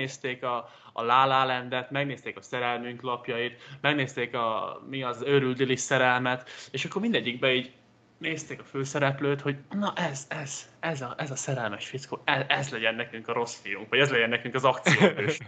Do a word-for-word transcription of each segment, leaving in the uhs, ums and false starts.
megnézték a, a La La Landet, megnézték a Szerelmünk lapjait, megnézték a, mi az őrüldilis szerelmet, és akkor mindegyikbe így nézték a főszereplőt, hogy na ez, ez, ez a, ez a szerelmes fickó, ez, ez legyen nekünk a rossz fiunk, vagy ez legyen nekünk az akcióhős.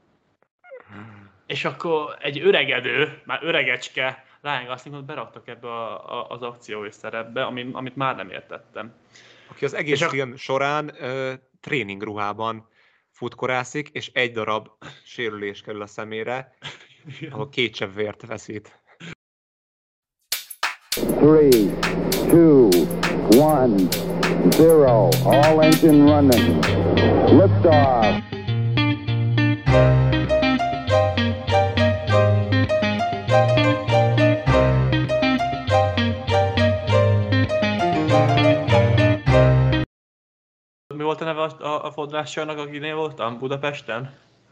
És akkor egy öregedő, már öregecske Ryan Goslingot beraktak ebbe a, a, az akcióhős szerepbe, amit, amit már nem értettem. Aki az egész és film a... során ö, tréningruhában futkorászik, és egy darab sérülés kerül a szemére, ahol két csepp vért veszít. Three, two, one, zero. All engine running. Liftoff. Mi volt a neve a, a fodrással, akinél voltam? Budapesten?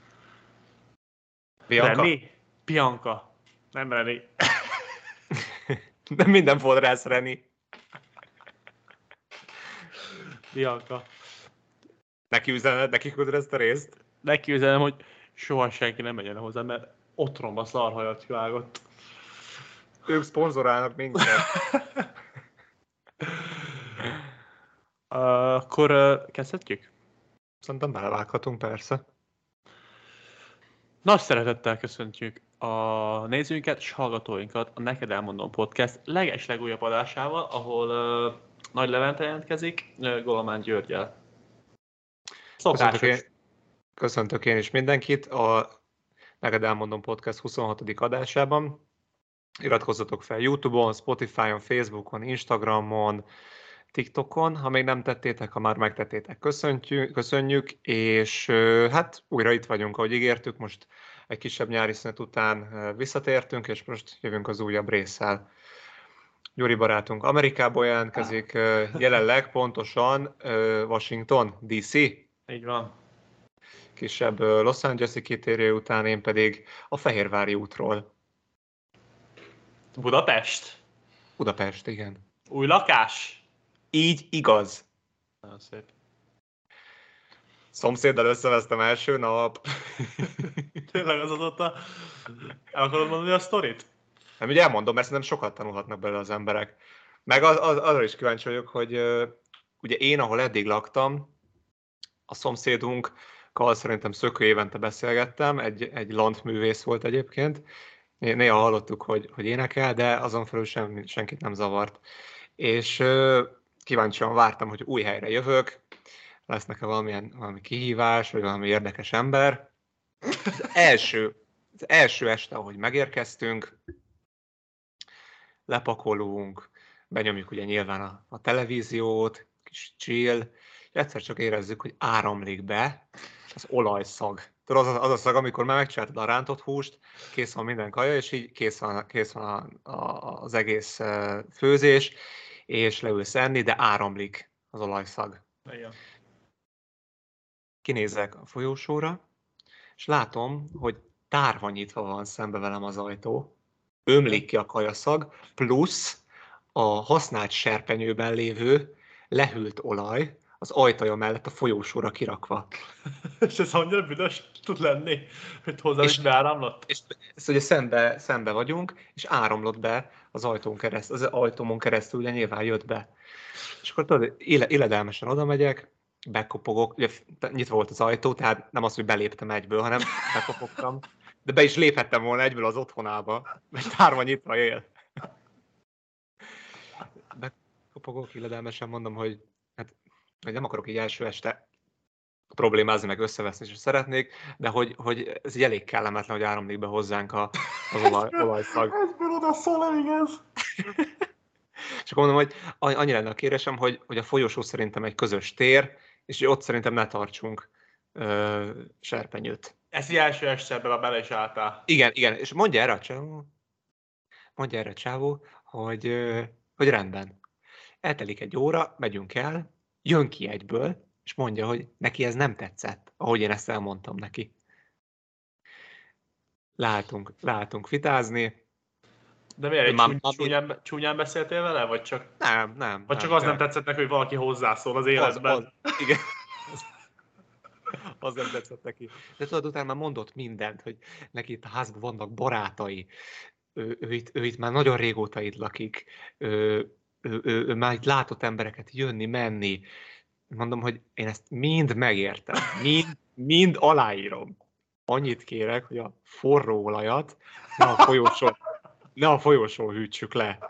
Bianca. Reni? Bianca. Nem Reni. De minden fodrász Reni. Bianca. Neki üzened, neki küldöd ezt a részt? Neki üzenem, hogy soha senki nem menjen hozzá, mert otromba szarhajat vágott. Ők szponzorálnak minket. Uh, akkor uh, kezdhetjük? Szerintem belevághatunk, persze. Nagy szeretettel köszöntjük a nézőinket és hallgatóinkat a Neked Elmondom Podcast leges-legújabb adásával, ahol uh, Nagy Levente jelentkezik, uh, Golomán Györgyel. Köszöntök én, köszöntök én is mindenkit a Neked Elmondom Podcast huszonhatodik adásában. Iratkozzatok fel YouTube-on, Spotify-on, Facebookon, Instagramon, TikTokon, ha még nem tettétek, ha már megtettétek, köszöntjük, köszönjük, és hát újra itt vagyunk, ahogy ígértük, most egy kisebb nyári szünet után visszatértünk, és most jövünk az újabb résszel. Gyuri barátunk Amerikából jelentkezik, jelenleg pontosan Washington, dé cé. Így van. Kisebb Los Angeles-i kitérő után, én pedig a Fehérvári útról. Budapest? Budapest, igen. Új lakás? Így igaz. Nagyon szép. Szomszéddal összevesztem első nap. Tényleg az azóta? El akarod mondani a sztorit? Nem, ugye elmondom, mert szerintem sokat tanulhatnak belőle az emberek. Meg az, az, arra is kíváncsi vagyok, hogy uh, ugye én, ahol eddig laktam, a szomszédunkkal szerintem szökő évente beszélgettem, egy, egy landművész volt egyébként. Néha hallottuk, hogy, hogy énekel, de azon felül sem, senkit nem zavart. És uh, kíváncsian vártam, hogy új helyre jövök, lesz-e valamilyen, valami kihívás, vagy valami érdekes ember. Az első, az első este, ahogy megérkeztünk, lepakolunk, benyomjuk ugye nyilván a, a televíziót, kis chill, és egyszer csak érezzük, hogy áramlik be az olajszag. Tudod, az, az a szag, amikor már megcsináltad a rántott húst, kész van minden kaja, és így kész van, kész van a, a, az egész főzés, és leülsz enni, de áramlik az olajszag. Igen. Kinézek a folyósóra, és látom, hogy tárva nyitva van szembe velem az ajtó, ömlik ki a kajaszag, plusz a használt serpenyőben lévő lehűlt olaj az ajtaja mellett a folyósóra kirakva. És ez annyira büdös tud lenni, hogy hozzá is beáramlott? És ezt ugye szembe, szembe vagyunk, és áramlott be az ajtón keresztül, az ajtómon keresztül, ugye nyilván jött be. És akkor tudod, illedelmesen oda megyek, bekopogok, ugye nyitva volt az ajtó, tehát nem az, hogy beléptem egyből, hanem bekopogtam, de be is léphettem volna egyből az otthonába, mert tárva nyitva él. Bekopogok, illedelmesen mondom, hogy hát hogy nem akarok így első este problémázni, meg összeveszni, és szeretnék, de hogy, hogy ez így elég kellemetlen, hogy áramlik be hozzánk a, az olaj, olajszag. Ezből oda szól elég ez. És akkor mondom, hogy annyi lenne a kérésem, hogy, hogy a folyosó szerintem egy közös tér, és ott szerintem ne tartsunk ö, serpenyőt. Ez így első estben bele is álltál. Igen, igen, és mondja erre a csávó, mondja erre a csávó, hogy, ö, hogy rendben. Eltelik egy óra, megyünk el, jön ki egyből, és mondja, hogy neki ez nem tetszett, ahogy én ezt elmondtam neki. Látunk, látunk vitázni. De miért? Egy csúny, csúnyán, csúnyán beszéltél vele? Vagy csak, nem, nem. vagy csak nem, az nem tetszett neki, hogy valaki hozzászól az életben? Az, az, igen. Az nem tetszett neki. De tudod, utána már mondott mindent, hogy neki itt a házban vannak barátai, ő, ő, itt, ő itt már nagyon régóta itt lakik, ő, ő, ő, ő már itt látott embereket jönni, menni. Mondom, hogy én ezt mind megértem, mind, mind aláírom. Annyit kérek, hogy a forró olajat ne a folyosón, ne a folyosón hűtsük le.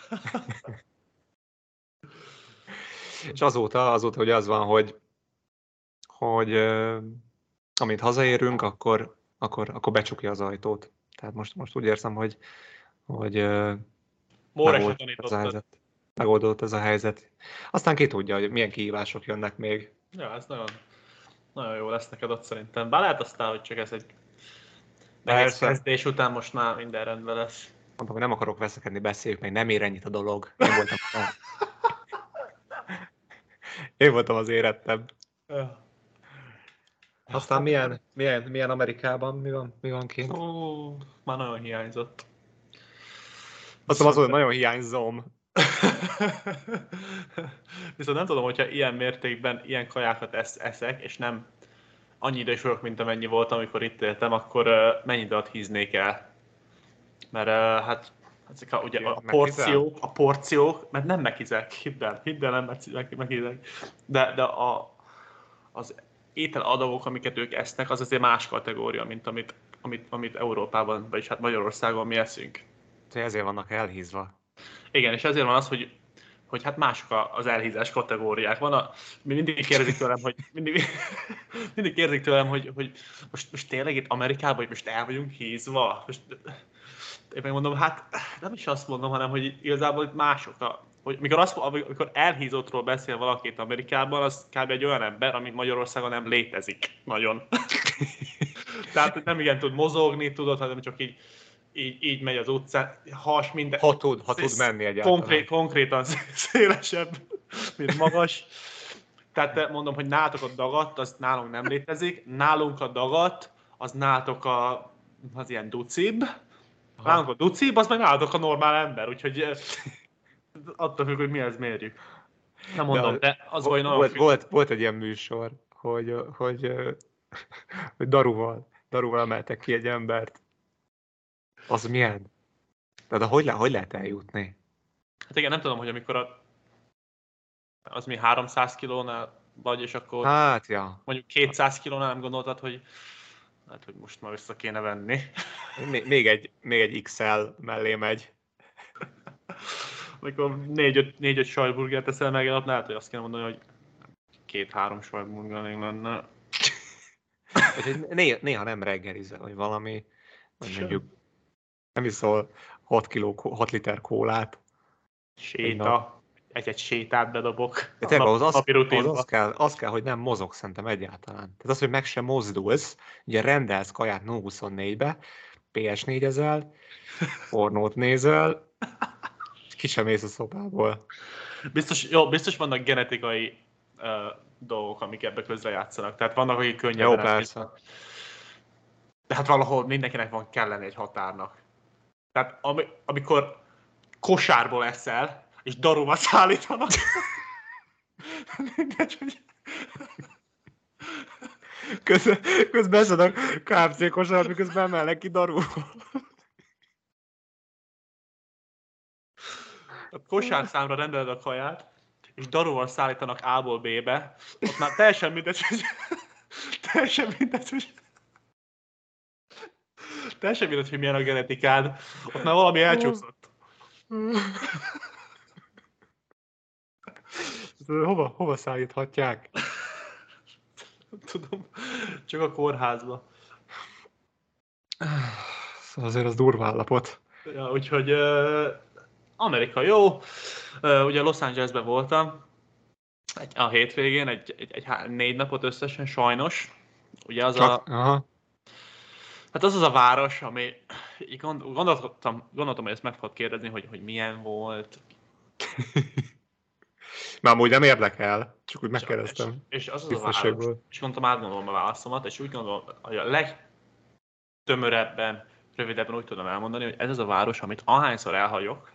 És azóta, azóta, hogy az van, hogy, hogy euh, amint hazaérünk, akkor, akkor, akkor becsukja az ajtót. Tehát most, most úgy érzem, hogy, hogy uh, megoldódott ez a helyzet. Megoldódott ez a helyzet. Aztán ki tudja, hogy milyen kihívások jönnek még. Ja, ez nagyon, nagyon jó lesz neked ott szerintem. Bár lehet aztán, hogy csak ez egy nehéz kezdés után most már minden rendben lesz. Mondtam, hogy nem akarok veszekedni, beszéljük meg, nem ér ennyit a dolog. Én voltam, Én voltam az érettebb. Ja. Aztán milyen, milyen, milyen Amerikában, mi van, mi van kint? Ó, már nagyon hiányzott. Aztán azon nagyon hiányzom. Viszont nem tudom, hogyha ilyen mértékben ilyen kajákat esz, eszek, és nem annyi idős vagyok, mint amennyi voltam, amikor itt éltem, akkor uh, mennyi időt híznék el? Mert uh, hát ezek a, ugye, a porciók, a porciók, mert nem meghizek, hidd el, hidd el, nem meghizek. De, de a, az ételadagok, amiket ők esznek, az azért más kategória, mint amit, amit, amit Európában, vagyis hát Magyarországon mi eszünk. Ezért vannak elhízva. Igen, és ezért van az, hogy, hogy hát mások az elhízás kategóriák. Van a, mindig kérdezik tőlem, hogy mindig, mindig kérdezik tőlem, hogy, hogy most, most tényleg itt Amerikában, hogy most el vagyunk hízva. Most, én megmondom, hát nem is azt mondom, hanem hogy igazából itt mások. A, hogy mikor, azt, amikor elhízottról beszél valakit Amerikában, az kb. Egy olyan ember, ami Magyarországon nem létezik nagyon. Tehát nem igen tud mozogni, tudod, hanem csak így Így, így megy az utcán, has minden. Ha tud, ha tud menni egyáltalán. Konkrét, konkrétan szélesebb, mint magas. Tehát mondom, hogy nálatok a dagat, az nálunk nem létezik. Nálunk a dagat, az nálatok a, az ilyen ducibb. Aha. Nálunk a ducibb, az meg nálatok a normál ember. Úgyhogy attól függ, hogy mi ez mérjük. Nem mondom, de, de az volt, volt, volt, volt egy ilyen műsor, hogy, hogy, hogy daruval, daruval emeltek ki egy embert. Az milyen? De, de hogy, le, hogy lehet eljutni? Hát igen, nem tudom, hogy amikor a, az mi háromszáz kilónál vagy, és akkor hát, ja. mondjuk kétszáz kilónál nem gondoltad, hogy hát, hogy most már vissza kéne venni. Még, még, egy, még egy iksz el mellé megy. Amikor négy-öt sajtburgert teszel meg, ott lehet, hogy azt kéne mondani, hogy két-három sajtburger lenne. néha, néha nem reggelizel, vagy valami, vagy mondjuk nem iszol hat kiló, hat liter kólát. Séta. Egy-egy sétát bedobok. De tényleg az, az, az, az, kell, az kell, hogy nem mozog szerintem egyáltalán. Tehát az, hogy meg sem mozdulsz, ugye rendelsz kaját nulla huszonnégybe, pé es négyezel, pornót nézel, és ki sem mész a szobából. Biztos, jó, biztos vannak genetikai uh, dolgok, amik ebbe közrejátszanak. Tehát vannak, akik könnyebben... Jó, persze. De hát valahol mindenkinek van kellene egy határnak. Tehát ami, amikor kosárból eszel, és daruba szállítanak. Mindegy, hogy... Közben, közben eszedek ká ef cé kosár, miközben emelnek ki daruba. A kosárszámra rendeled a kaját, és daruval szállítanak A-ból B-be, ott már teljesen mindegy, hogy... teljesen mindegy, hogy... teljesen mindegy, hogy milyen a genetikád. Ott már valami elcsúszott. hova, hova szállíthatják? Tudom, csak a kórházba. Szóval azért az durva állapot. Ja, úgyhogy uh, Amerika jó. Uh, ugye Los Angelesben voltam egy, a hétvégén, egy, egy, egy négy napot összesen, sajnos. Ugye az csak, a... Aha. Hát az az a város, ami... Gondoltam, gondoltam, hogy ezt meg fogod kérdezni, hogy, hogy milyen volt. Már amúgy nem érdekel, csak úgy megkérdeztem. És, és az az a város, és mondtam, átgondolom a válaszomat, és úgy gondolom, hogy a legtömörebben, rövidebben úgy tudom elmondani, hogy ez az a város, amit ahányszor elhagyok,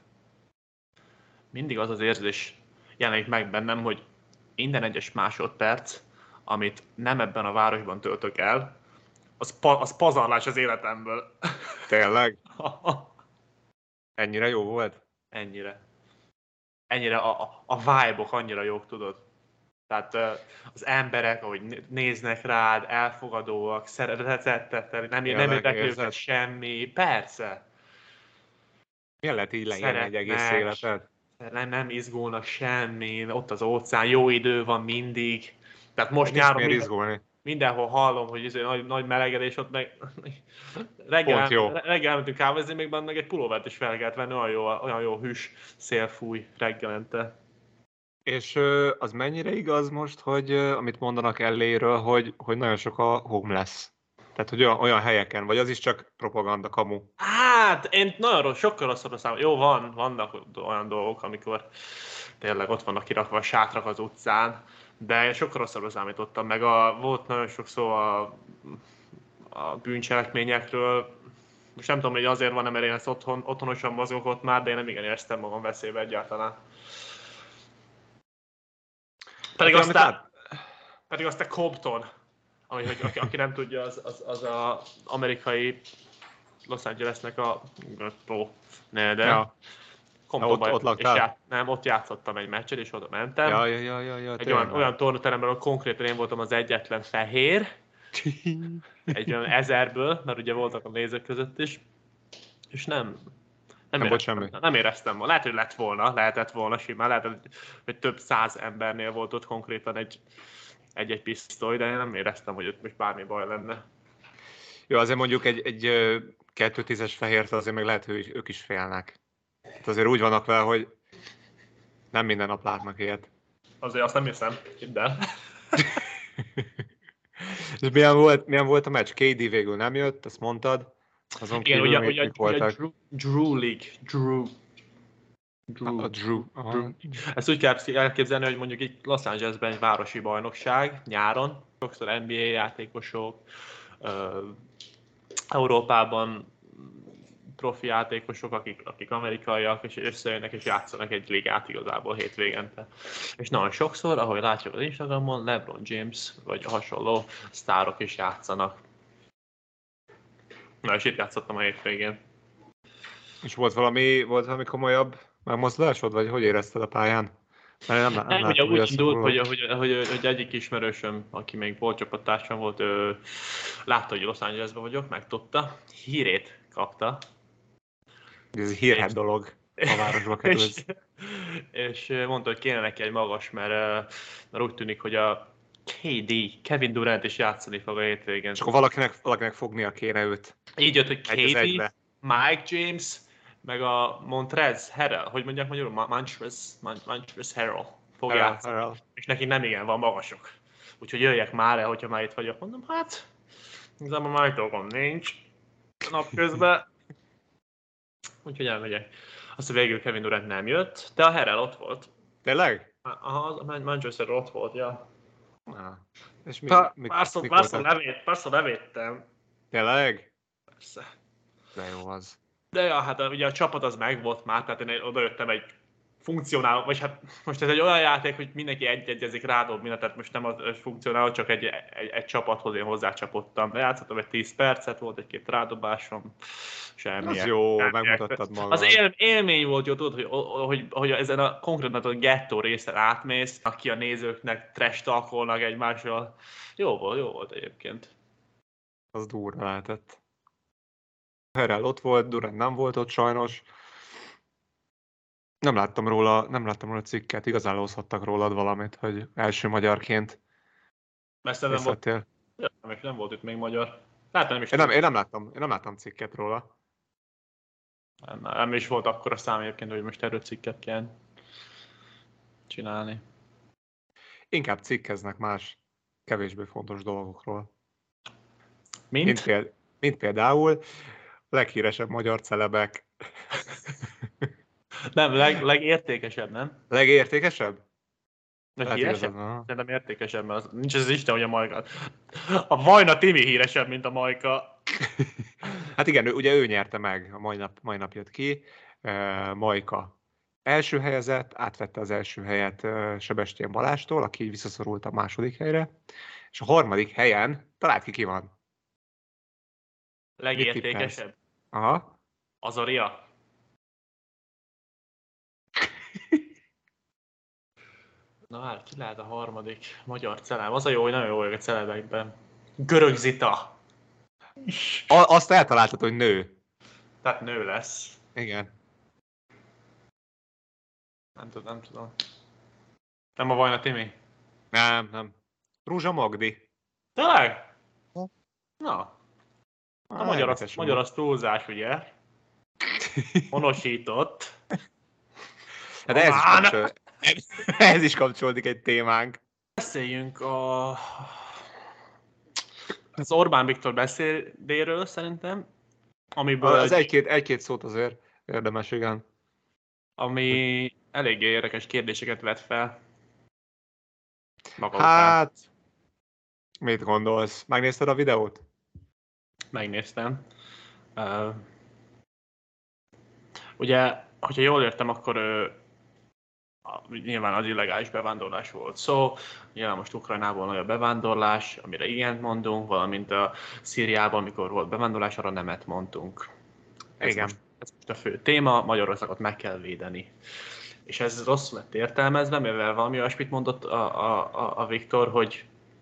mindig az az érzés jelenik meg bennem, hogy minden egyes másodperc amit nem ebben a városban töltök el, az, pa, az pazarlás az életemből. Tényleg? Ennyire jó volt? Ennyire. Ennyire a, a, a vibe-ok annyira jók, tudod. Tehát az emberek, ahogy néznek rád, elfogadóak, szeretettek, nem, nem érdekli őket semmi. Persze. Milyen lehet így leélni egy egész életet? Nem, nem izgulnak semmi, ott az óceán, jó idő van mindig. Tehát most nincs nyáron miért minden, izgulni. mindenhol hallom, hogy izé, nagy, nagy melegedés ott meg... Reggel, reggel elmentünk kávézni, még benne meg egy pulóvert is fel kellett venni, olyan jó, olyan jó hűs szél fúj reggelente. És az mennyire igaz most, hogy amit mondanak elléről, hogy, hogy nagyon sok a homeless? Tehát, hogy olyan, olyan helyeken, vagy az is csak propaganda, kamu? Hát, én nagyon rossz, sokkal rosszabbra számolom. Jó, van, vannak olyan dolgok, amikor tényleg ott vannak kirakva a sátrak az utcán, de sokkal rosszabbra számítottam, meg a, volt nagyon sok szó a, a bűncselekményekről. Most nem tudom, hogy azért van, mert én ezt otthon, otthonosan mozgok ott már, de én nem igen éreztem magam veszélybe egyáltalán. Pedig hát, aztán, át... pedig aztán Compton, ami, hogy aki, aki nem tudja, az, az, az az amerikai Los Angelesnek a pro nede. Ja. Ott, ott laktál? Já, nem, ott játszottam egy meccset, és oda mentem. Ja, ja, ja, ja, ja, egy olyan, olyan tornateremben, ahol konkrétan én voltam az egyetlen fehér. Egy olyan ezerből, mert ugye voltak a nézők között is. És nem... Nem, nem, éreztem, semmi. nem éreztem. Lehet, hogy lett volna, lehetett volna simán, lehet, hogy, hogy több száz embernél volt ott konkrétan egy, egy-egy pisztoly, de én nem éreztem, hogy ott most bármi baj lenne. Jó, azért mondjuk egy, egy kettő tízes fehért azért meg lehet, hogy ők is félnek. Hát azért úgy vannak vele, hogy nem minden nap látnak ilyet. Azért azt nem hiszem, hidd el. És milyen volt, milyen volt a meccs? ká dé végül nem jött, azt mondtad. Azon igen, kívül ugye, még, ugye, ugye a Drew, Drew League. Drew. Drew. A Drew. Drew. Ezt úgy kell elképzelni, hogy mondjuk itt Los Angelesben egy városi bajnokság nyáron, sokszor en bé á játékosok, uh, Európában profi játékosok, akik, akik amerikaiak, és összejönnek és játszanak egy ligát igazából hétvégente. És nagyon sokszor, ahogy látjuk az Instagramon, LeBron James vagy hasonló sztárok is játszanak. Na, és itt játszottam a hétvégén. És volt valami, volt valami komolyabb megmozdulásod, vagy hogy érezted a pályán? Mert nem, nem, nem ugye úgy indult, hogy, hogy, hogy, hogy egyik ismerősöm, aki még volt csapattársam volt, ő látta, hogy Los Angelesben vagyok, megtudta, hírét kapta. Ez hírhet dolog, a városba kerülsz. És, és mondta, hogy kéne neki egy magas, mert, mert úgy tűnik, hogy a ká dé, Kevin Durant is játszani fog a hétvégén. És akkor valakinek, valakinek fognia kéne őt. Így jött, hogy ká dé, Mike James, meg a Montrezl Harrell, hogy mondják magyarul, Montrezl, Montrezl Harrell fog Harrell, játszani. Harrell. És neki nem igen van magasok. Úgyhogy jöjjek már el, hogyha már itt vagyok. Mondom, hát, igazából már dolgom nincs napközben. Úgyhogy elmegyek. Azt, hogy végül Kevin Durant nem jött, de a Harrell ott volt. Tényleg? Aha, a Manchester ott volt, ja. Ah. És mi, Pá, mi, párszor, mi párszor, levét, párszor levédtem. Tényleg? Persze. De jó az. De ja, hát ugye a csapat az megvolt már, tehát én odajöttem egy funkcionáló, vagy hát most ez egy olyan játék, hogy mindenki egy-egyezik rádob mindent, tehát most nem az funkcionáló, csak egy, egy, egy csapathoz én hozzácsapottam. Játszottam egy tíz percet, volt egy-két rádobásom, semmi. Az jó, megmutattad magad. Az él, élmény volt jó, tudod, hogy, hogy, hogy ezen a konkrétan a gettó részen átmész, aki a nézőknek trash talkolnak egymással. Jó volt, jó volt egyébként. Az durva lehetett. Harrell ott volt, Durant nem volt ott sajnos. Nem láttam róla, nem láttam róla cikket, igazán lózhattak rólad valamit, hogy első magyarként Messze nem volt, ja, nem, nem volt itt még magyar. Láttam, nem is én, nem, én, nem láttam, én nem láttam cikket róla. Nem, nem is volt akkora szám egyébként, hogy most erről cikket kell csinálni. Inkább cikkeznek más, kevésbé fontos dolgokról. Mint? Mint, péld, mint például leghíresebb magyar celebek. Nem, leg, legértékesebb, nem? Legértékesebb? Híresebb? Szerintem értékesebb, mert az, nincs az Isten, hogy a Majka. A Vajna Timi híresebb, mint a Majka. Hát igen, ugye ő nyerte meg, a mai nap, mai nap jött ki. Uh, Majka első helyezett, átvette az első helyet uh, Sebestyén Balástól, aki visszaszorult a második helyre. és a harmadik helyen találd ki ki van. Legértékesebb? Aha. Azaria? Na hát, ki lehet a harmadik magyar celeb? Az a jó, hogy nagyon jó vagyok a celebekben. Görög Zita. A- azt eltaláltad, hogy nő. Tehát nő lesz. Igen. Nem tudom, nem tudom. Nem a Vajna Timi? Nem, nem. Rúzsa Magdi. Tényleg? Na. A Á, magyar az, érdekes magyar volt. az túlzás, ugye? Honosított. Hát ez is, Á, kapcsol... ez is kapcsolódik egy témánk. Beszéljünk a... az Orbán Viktor beszédéről szerintem, amiből Az egy, egy-két, egy-két szót azért érdemes, igen. ami eléggé érdekes kérdéseket vet fel. Maga után. Hát, mit gondolsz? Megnézted a videót? Megnéztem. Uh, ugye, hogyha jól értem, akkor uh, nyilván az illegális bevándorlás volt szó. Nyilván most Ukrajnából nagy a bevándorlás, amire igent mondunk, valamint a Szíriában, amikor volt bevándorlás, arra nemet mondtunk. Ez Igen. most, ez most a fő téma, Magyarországot meg kell védeni. És ez rossz lett értelmezve, mivel valami olyasmit mondott a, a, a, a Viktor, hogy,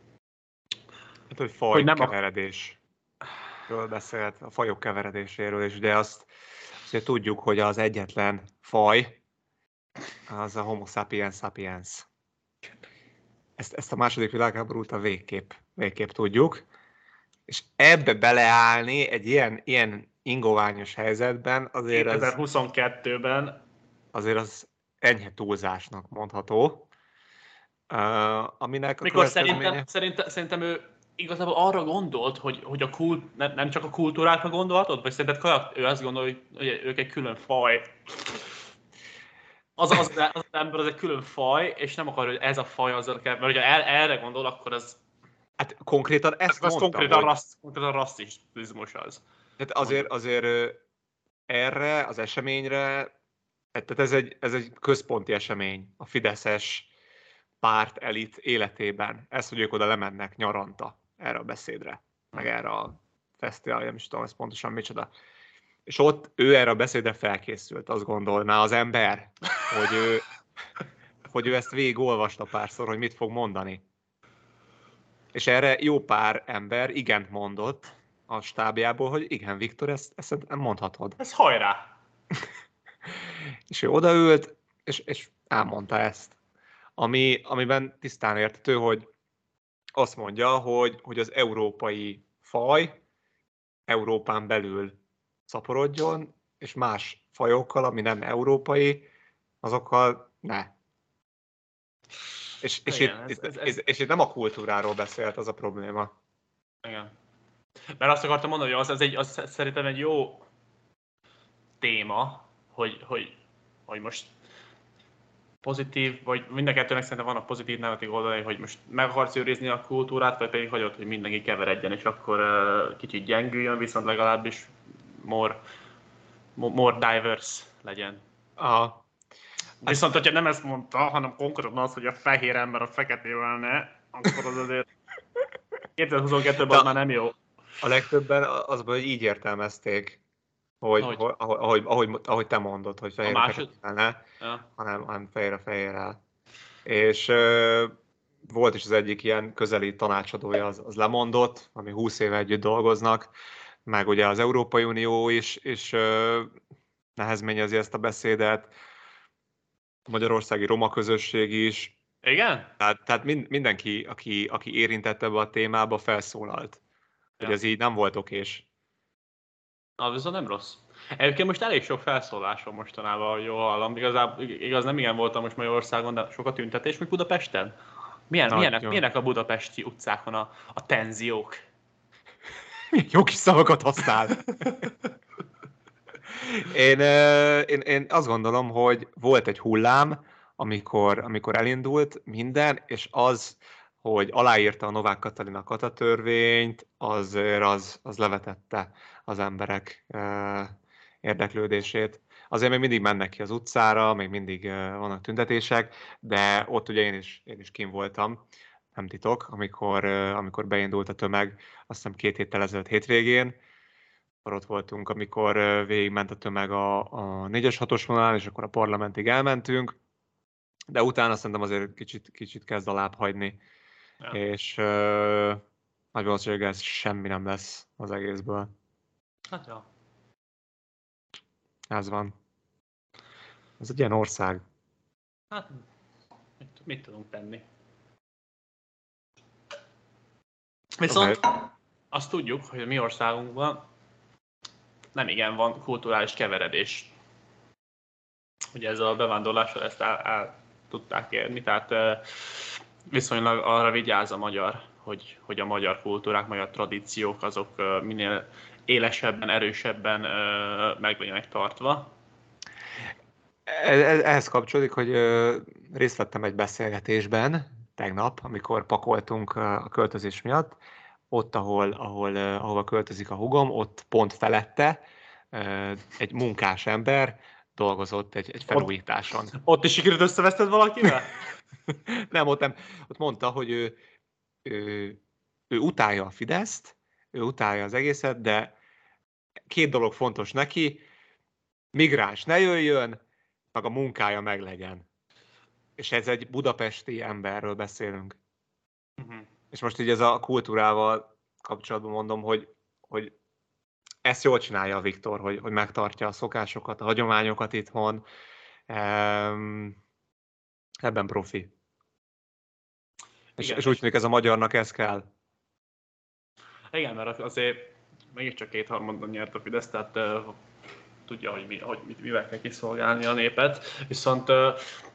Hát, hogy hogy nem a... fajkeveredésről beszélt, a fajok keveredéséről, és ugye azt azért tudjuk, hogy az egyetlen faj az a Homo sapiens sapiens. Ezt, ezt a második világháború óta végképp, végképp tudjuk. És ebbe beleállni egy ilyen, ilyen ingoványos helyzetben azért az, kétezer-huszonkettőben azért az enyhe túlzásnak mondható. Uh, aminek a mikor következménye... szerintem, szerintem, szerintem ő igazából arra gondolt, hogy, hogy a kult, nem, nem csak a kultúrákra gondoltod, vagy szerinted Kajak, ő azt gondolja, hogy ők egy külön faj. Az, az, az, az ember az egy külön faj, és nem akar, hogy ez a faj azzal kell, mert ha el, erre gondol, akkor az... Hát konkrétan ezt Ez, ez mondta, konkrétan, hogy... rassz, konkrétan rasszizmus az. Tehát azért, azért ö, erre az eseményre, tehát ez egy, ez egy központi esemény a fideszes párt elit életében. Ez, hogy ők oda lemennek nyaranta erre a beszédre, meg erre a fesztivál, nem is tudom, ez pontosan micsoda. És ott ő erre a beszédre felkészült, azt gondolná az ember, hogy ő, hogy ő ezt végigolvasta párszor, hogy mit fog mondani. És erre jó pár ember igent mondott a stábjából, hogy igen, Viktor, ezt, ezt nem mondhatod. Ez hajrá! És ő odaült, és, és elmondta ezt. Ami, amiben tisztán értető, hogy azt mondja, hogy, hogy az európai faj Európán belül szaporodjon, és más fajokkal, ami nem európai, azokkal ne. És, és, Igen, itt, ez, ez, ez, ez... és itt nem a kultúráról beszélt, az a probléma. Igen. Mert azt akartam mondani, hogy az, az, egy, az szerintem egy jó téma, hogy, hogy, hogy most pozitív, vagy mind a kettőnek szerintem vannak pozitív, negatív oldalai, hogy most meg akarsz őrizni a kultúrát, vagy pedig hagyod, hogy mindenki keveredjen, és akkor uh, kicsit gyengüljön, viszont legalábbis more, more diverse legyen. Aha. Viszont, hogyha nem ezt mondta, hanem konkrétan az, hogy a fehér ember a feketével ne, akkor az azért kétezer-huszonkettőben az már nem jó. A legtöbben az, hogy így értelmezték, hogy, Ahogy, ahogy, ahogy, ahogy, ahogy te mondod, hogy fehérre másod... feketével ne, ja. hanem, hanem fehérre fehérrel. És ö, volt is az egyik ilyen közeli tanácsadója, az, az lemondott, ami húsz éve együtt dolgoznak, meg ugye az Európai Unió is, és ö, nehezményezi ezt a beszédet, a magyarországi roma közösség is. Igen? Tehát, tehát mind, mindenki, aki, aki érintett ebbe a témába, felszólalt, hogy Ja. ez így nem volt okés. Az viszont nem rossz. Egyébként most elég sok felszólás van mostanában, jól hallom. Igazából, igaz, nem igen voltam most Magyarországon, de sok a tüntetés, még Budapesten. Milyen, milyenek, milyenek a budapesti utcákon a, a tenziók? Jó kis szavakat használ. Én, én, én azt gondolom, hogy volt egy hullám, amikor, amikor elindult minden, és az, hogy aláírta a Novák Katalin a katatörvényt, az, az, az levetette az emberek érdeklődését. Azért még mindig mennek ki az utcára, még mindig vannak tüntetések, de ott ugye én is, én is kim voltam. nem titok, amikor, amikor beindult a tömeg, azt hiszem két héttel ezelőtt hétvégén, akkor ott voltunk, amikor végigment a tömeg a, a négyes hatos vonalán, és akkor a parlamentig elmentünk, de utána szerintem azért kicsit, kicsit kezd alább hagyni, ja. És uh, nagy valószínűleg ez semmi nem lesz az egészből. Hát jó. Ez van. Ez egy ilyen ország. Hát, mit, mit tudunk tenni? Viszont okay. Azt tudjuk, hogy a mi országunkban nem igen van kulturális keveredés. Ugye ezzel a bevándorlással ezt el, el tudták érni, tehát viszonylag arra vigyáz a magyar, hogy, hogy a magyar kultúrák, magyar tradíciók azok minél élesebben, erősebben meg legyenek tartva. Ehhez kapcsolódik, hogy részt vettem egy beszélgetésben tegnap, amikor pakoltunk a költözés miatt, ott, ahol, ahol, ahova költözik a húgom, ott pont felette egy munkás ember dolgozott egy, egy felújításon. Ott, ott is sikerült összeveszted valakivel? Nem, ott nem. Ott mondta, hogy ő, ő, ő utálja a Fideszt, ő utálja az egészet, de két dolog fontos neki, migráns ne jöjjön, meg a munkája meglegyen. És ez egy budapesti emberről beszélünk. Uh-huh. És most így ez a kultúrával kapcsolatban mondom, hogy, hogy ezt jól csinálja a Viktor, hogy, hogy megtartja a szokásokat, a hagyományokat itthon. Um, ebben profi. És, és úgy tűnik, ez a magyarnak ez kell. Igen, mert azért mégiscsak kétharmadon nyert a Fidesz, tehát uh, tudja, hogy, mi, hogy mivel kell kiszolgálni a népet. Viszont uh,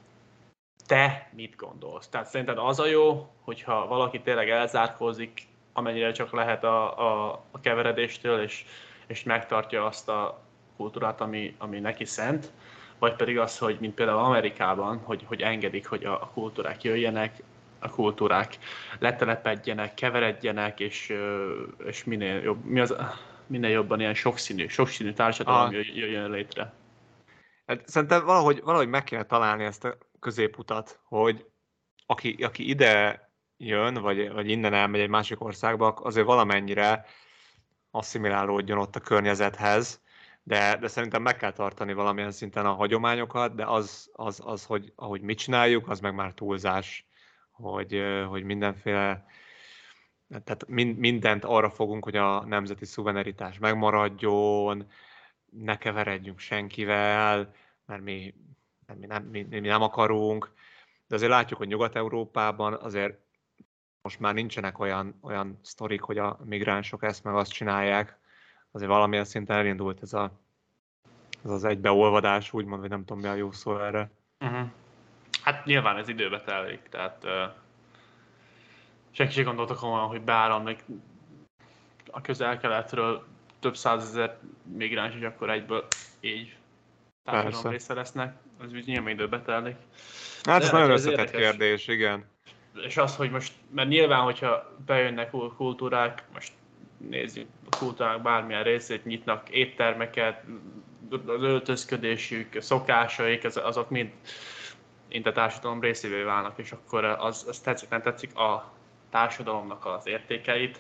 te mit gondolsz? Tehát szerinted az a jó, hogyha valaki tényleg elzárkózik, amennyire csak lehet a, a, a keveredéstől, és, és megtartja azt a kultúrát, ami, ami neki szent, vagy pedig az, hogy mint például Amerikában, hogy, hogy engedik, hogy a, a kultúrák jöjjenek, a kultúrák letelepedjenek, keveredjenek, és, és minél, jobb, mi az, minél jobban ilyen sokszínű, sokszínű társadalom ah. jöjjön létre. Hát szerintem valahogy, valahogy meg kell találni ezt a középutat, hogy aki, aki ide jön, vagy, vagy innen elmegy egy másik országba, azért valamennyire asszimilálódjon ott a környezethez, de, de szerintem meg kell tartani valamilyen szinten a hagyományokat, de az, az, az hogy ahogy mit csináljuk, az meg már túlzás, hogy, hogy mindenféle, tehát mindent arra fogunk, hogy a nemzeti szuverenitás megmaradjon, ne keveredjünk senkivel, mert mi, mert mi, nem, mi, mi nem akarunk, de azért látjuk, hogy Nyugat-Európában azért most már nincsenek olyan, olyan sztorik, hogy a migránsok ezt meg azt csinálják, azért valamilyen szinten elindult ez, a, ez az egybeolvadás, úgymond, vagy nem tudom mi a jó szó erre. Uh-huh. Hát nyilván ez időbe telik, tehát uh, senki sem gondoltak volna, hogy beáramlik a közel-keletről több százezer migráns, és akkor egyből így társadalom része lesznek, az úgy nyilván időbe telik. Hát ez nagyon összetett kérdés, igen. És az, hogy most, mert nyilván, hogyha bejönnek kultúrák, most nézzük, a kultúrák bármilyen részét nyitnak, éttermeket, az öltözködésük, szokásaik, azok mind mind a társadalom részévé válnak, és akkor az, az tetszik, nem tetszik a társadalomnak az értékeit.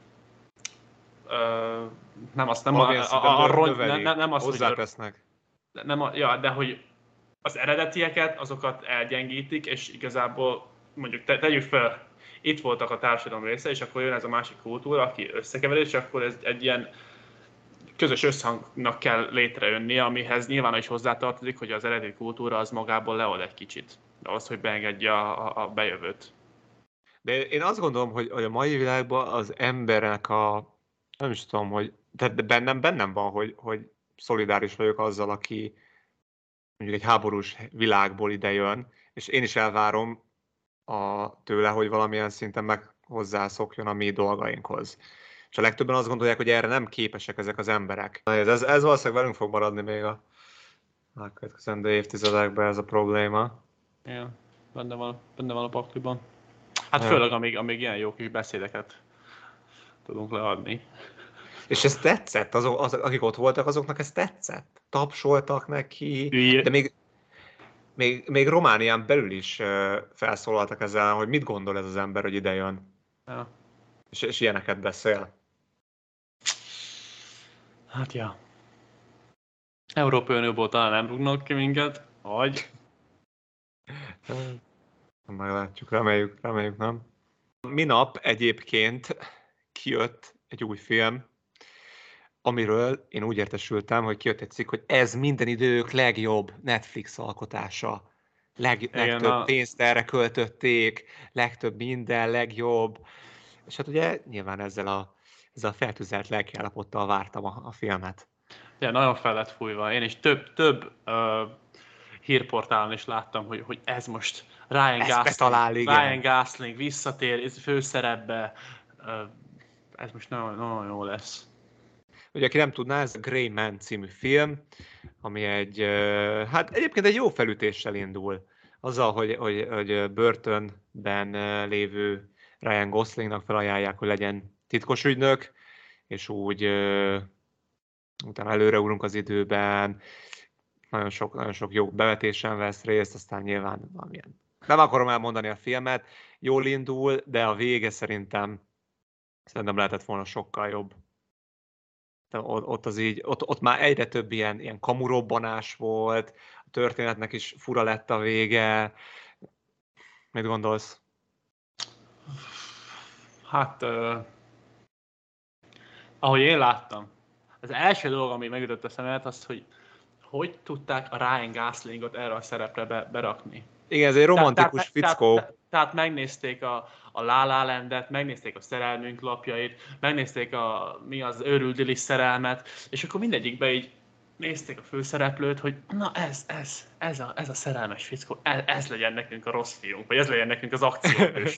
Ö, nem azt, nem a, a, a rony, nem, nem azt, hozzátesznek. Hogy, nem a, ja, de hogy az eredetieket, azokat elgyengítik, és igazából mondjuk te, tegyük fel, itt voltak a társadalom része, és akkor jön ez a másik kultúra, aki összekeverés, és akkor ez egy ilyen közös összhangnak kell létrejönnie, amihez nyilván is hozzátartozik, hogy az eredeti kultúra az magából leol egy kicsit. Az, hogy beengedje a, a bejövőt. De én azt gondolom, hogy, hogy a mai világban az emberek a... Nem is tudom, hogy... Tehát bennem, bennem van, hogy, hogy szolidáris vagyok azzal, aki mondjuk egy háborús világból ide jön, és én is elvárom a, tőle, hogy valamilyen szinten meg hozzászokjon a mi dolgainkhoz. És a legtöbben azt gondolják, hogy erre nem képesek ezek az emberek. Ez, ez, ez valószínűleg velünk fog maradni még a, a következő évtizedekben ez a probléma. Ja, benne van, benne van a pakliban. Hát főleg, amíg, amíg ilyen jó kis beszédeket tudunk leadni. És ez tetszett, azok, azok, akik ott voltak, azoknak ez tetszett. Tapsoltak neki, de még, még, még Románián belül is uh, felszólaltak ezzel, hogy mit gondol ez az ember, hogy ide jön. Ja. És, és ilyeneket beszél. Hát ja. Európai Unióból talán nem rúgnak ki minket, vagy... Meglátjuk, reméljük, reméljük, nem? Minap egyébként kijött egy új film, amiről én úgy értesültem, hogy kijött egy cikk, hogy ez minden idők legjobb Netflix alkotása. Leg, Igen, legtöbb a... pénzt erre költötték, legtöbb minden, legjobb. És hát ugye nyilván ezzel a, ezzel a feltűzelt lelkiállapottal vártam a, a filmet. Ja, nagyon fel lett fújva. Én is több, több uh, hírportálon is láttam, hogy, hogy ez most Ryan Gosling, talál, Ryan Gosling visszatér főszerepbe. Uh, ez most nagyon, nagyon jó lesz. Ugye, aki nem tudná, ez a Gray Man című film, ami egy, uh, hát egyébként egy jó felütéssel indul. Azzal, hogy, hogy, hogy börtönben lévő Ryan Goslingnak felajánlják, hogy legyen titkos ügynök, és úgy uh, utána előreugrunk az időben, nagyon sok, nagyon sok jó bevetésen vesz részt, aztán nyilván valamilyen. Nem akarom elmondani a filmet, jól indul, de a vége szerintem szerintem lehetett volna sokkal jobb. Ott, ott, az így, ott, ott már egyre több ilyen, ilyen kamurobbanás volt, a történetnek is fura lett a vége. Mit gondolsz? Hát, uh, ahogy én láttam, az első dolog, ami megütött a szememet, az, hogy hogy tudták a Ryan Goslingot erre a szerepre be, berakni. Igen, ez egy romantikus tehát, fickó. Tehát, tehát megnézték a, a La La Landet, megnézték a szerelmünk lapjait, megnézték a mi az őrüldilis szerelmet, és akkor mindegyikbe így nézték a főszereplőt, hogy na ez, ez, ez a, ez a szerelmes fickó, ez, ez legyen nekünk a rossz fiunk, vagy ez legyen nekünk az akcióhős.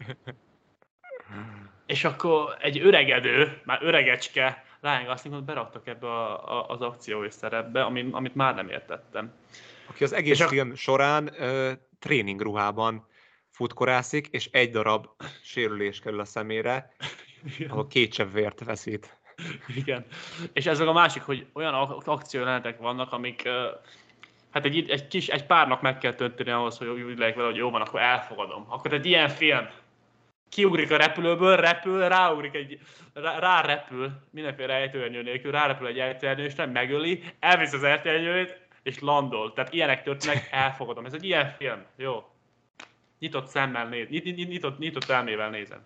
És akkor egy öregedő, már öregecske Ryan Goslingot beraktak ebbe a, a, az akcióhős szerepbe, amit, amit már nem értettem. Aki az egész és film a... során ö, tréningruhában futkorászik, és egy darab sérülés kerül a szemére, igen, ahol két csepp vért veszít. Igen. És ez a másik, hogy olyan akciójelenetek vannak, amik uh, hát egy, egy, kis, egy párnak meg kell történni ahhoz, hogy úgy legyek vele, hogy jó van, akkor elfogadom. Akkor egy ilyen film kiugrik a repülőből, repül, ráugrik egy, rá, rárepül, mindenféle ejtőernyő nélkül, rárepül egy ejtőernyő, és nem megöli, elvisz az ejtőernyőt, és landol. Tehát ilyenek történnek, elfogadom. Ez egy ilyen film. Jó. Nyitott szemmel néz, nyitott, nyitott elmével nézem.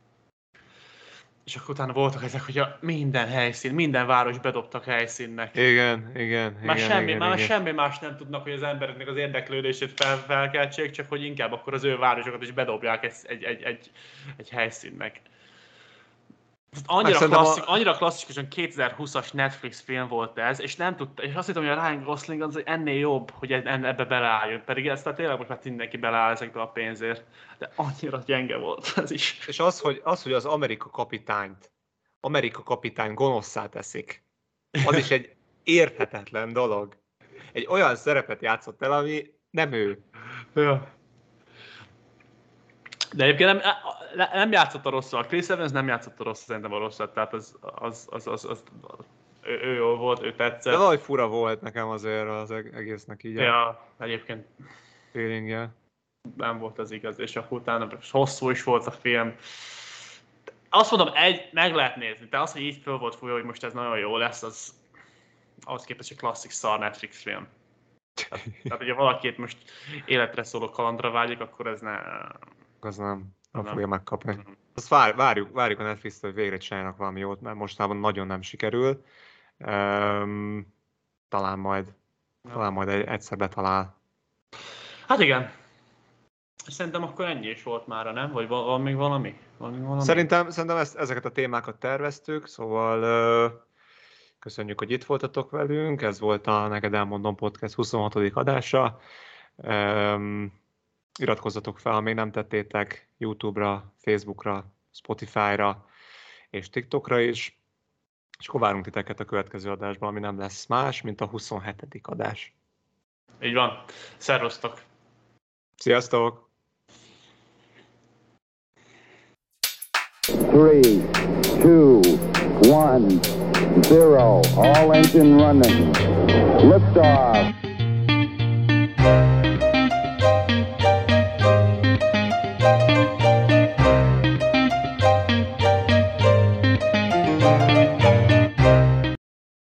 És akkor utána voltak ezek, hogy a minden helyszín, minden város bedobtak helyszínnek. Igen, igen, már igen. Semmi, igen, már igen. semmi más nem tudnak, hogy az embereknek az érdeklődését fel, felkeltsék, csak hogy inkább akkor az ő városokat is bedobják egy, egy, egy, egy, egy helyszínnek. Annyira, klasszik, a... annyira klasszikusan kétezer-húszas Netflix film volt ez, és nem tudta, és azt hittem, hogy a Ryan Gosling az ennél jobb, hogy ebbe beleálljon. Pedig ezt a tényleg most már mindenki beleáll ezekbe a pénzért. De annyira gyenge volt ez is. És az, hogy az, hogy az Amerika kapitányt, Amerika kapitány gonoszszá teszik, az is egy érthetetlen dolog. Egy olyan szerepet játszott el, ami nem ő. Ja. De egyébként nem, nem játszott a rosszal. Chris Evans nem játszott a rosszal, szerintem a rosszat. Tehát az, az, az, az, az ő, ő jó volt, ő tetszett. De valahogy fura volt nekem azért az egésznek így. Ja, egyébként feelingje. Nem volt az igaz, és akkor utána hosszú is volt a film. Azt mondom, egy, meg lehet nézni, de az, hogy így föl volt fújva, hogy most ez nagyon jó lesz, az ahhoz képest egy klasszik szar Netflix film. Tehát, tehát hogyha valakit most életre szóló kalandra vágyik, akkor ez ne... Az nem, nem fogja megkapni. Azt vár, várjuk, várjuk a Netflix-től, hogy végre csináljanak valami jót, mert mostában nagyon nem sikerül. Um, talán majd, ja. talán majd egyszer betalál. Hát igen. Szerintem akkor ennyi is volt mára, nem? Vagy van még valami? Van még valami? Szerintem, szerintem ezt, ezeket a témákat terveztük, szóval uh, köszönjük, hogy itt voltatok velünk. Ez volt a Neked Elmondom Podcast huszonhatodik adása. Um, Iratkozzatok fel, ha még nem tettétek, YouTube-ra, Facebook-ra, Spotify-ra és TikTokra is. És akkor várunk titeket a következő adásban, ami nem lesz más, mint a huszonhetedik adás. Így van. Szervusztok! Sziasztok! Three, two, one, zero. All engine running. Liftoff.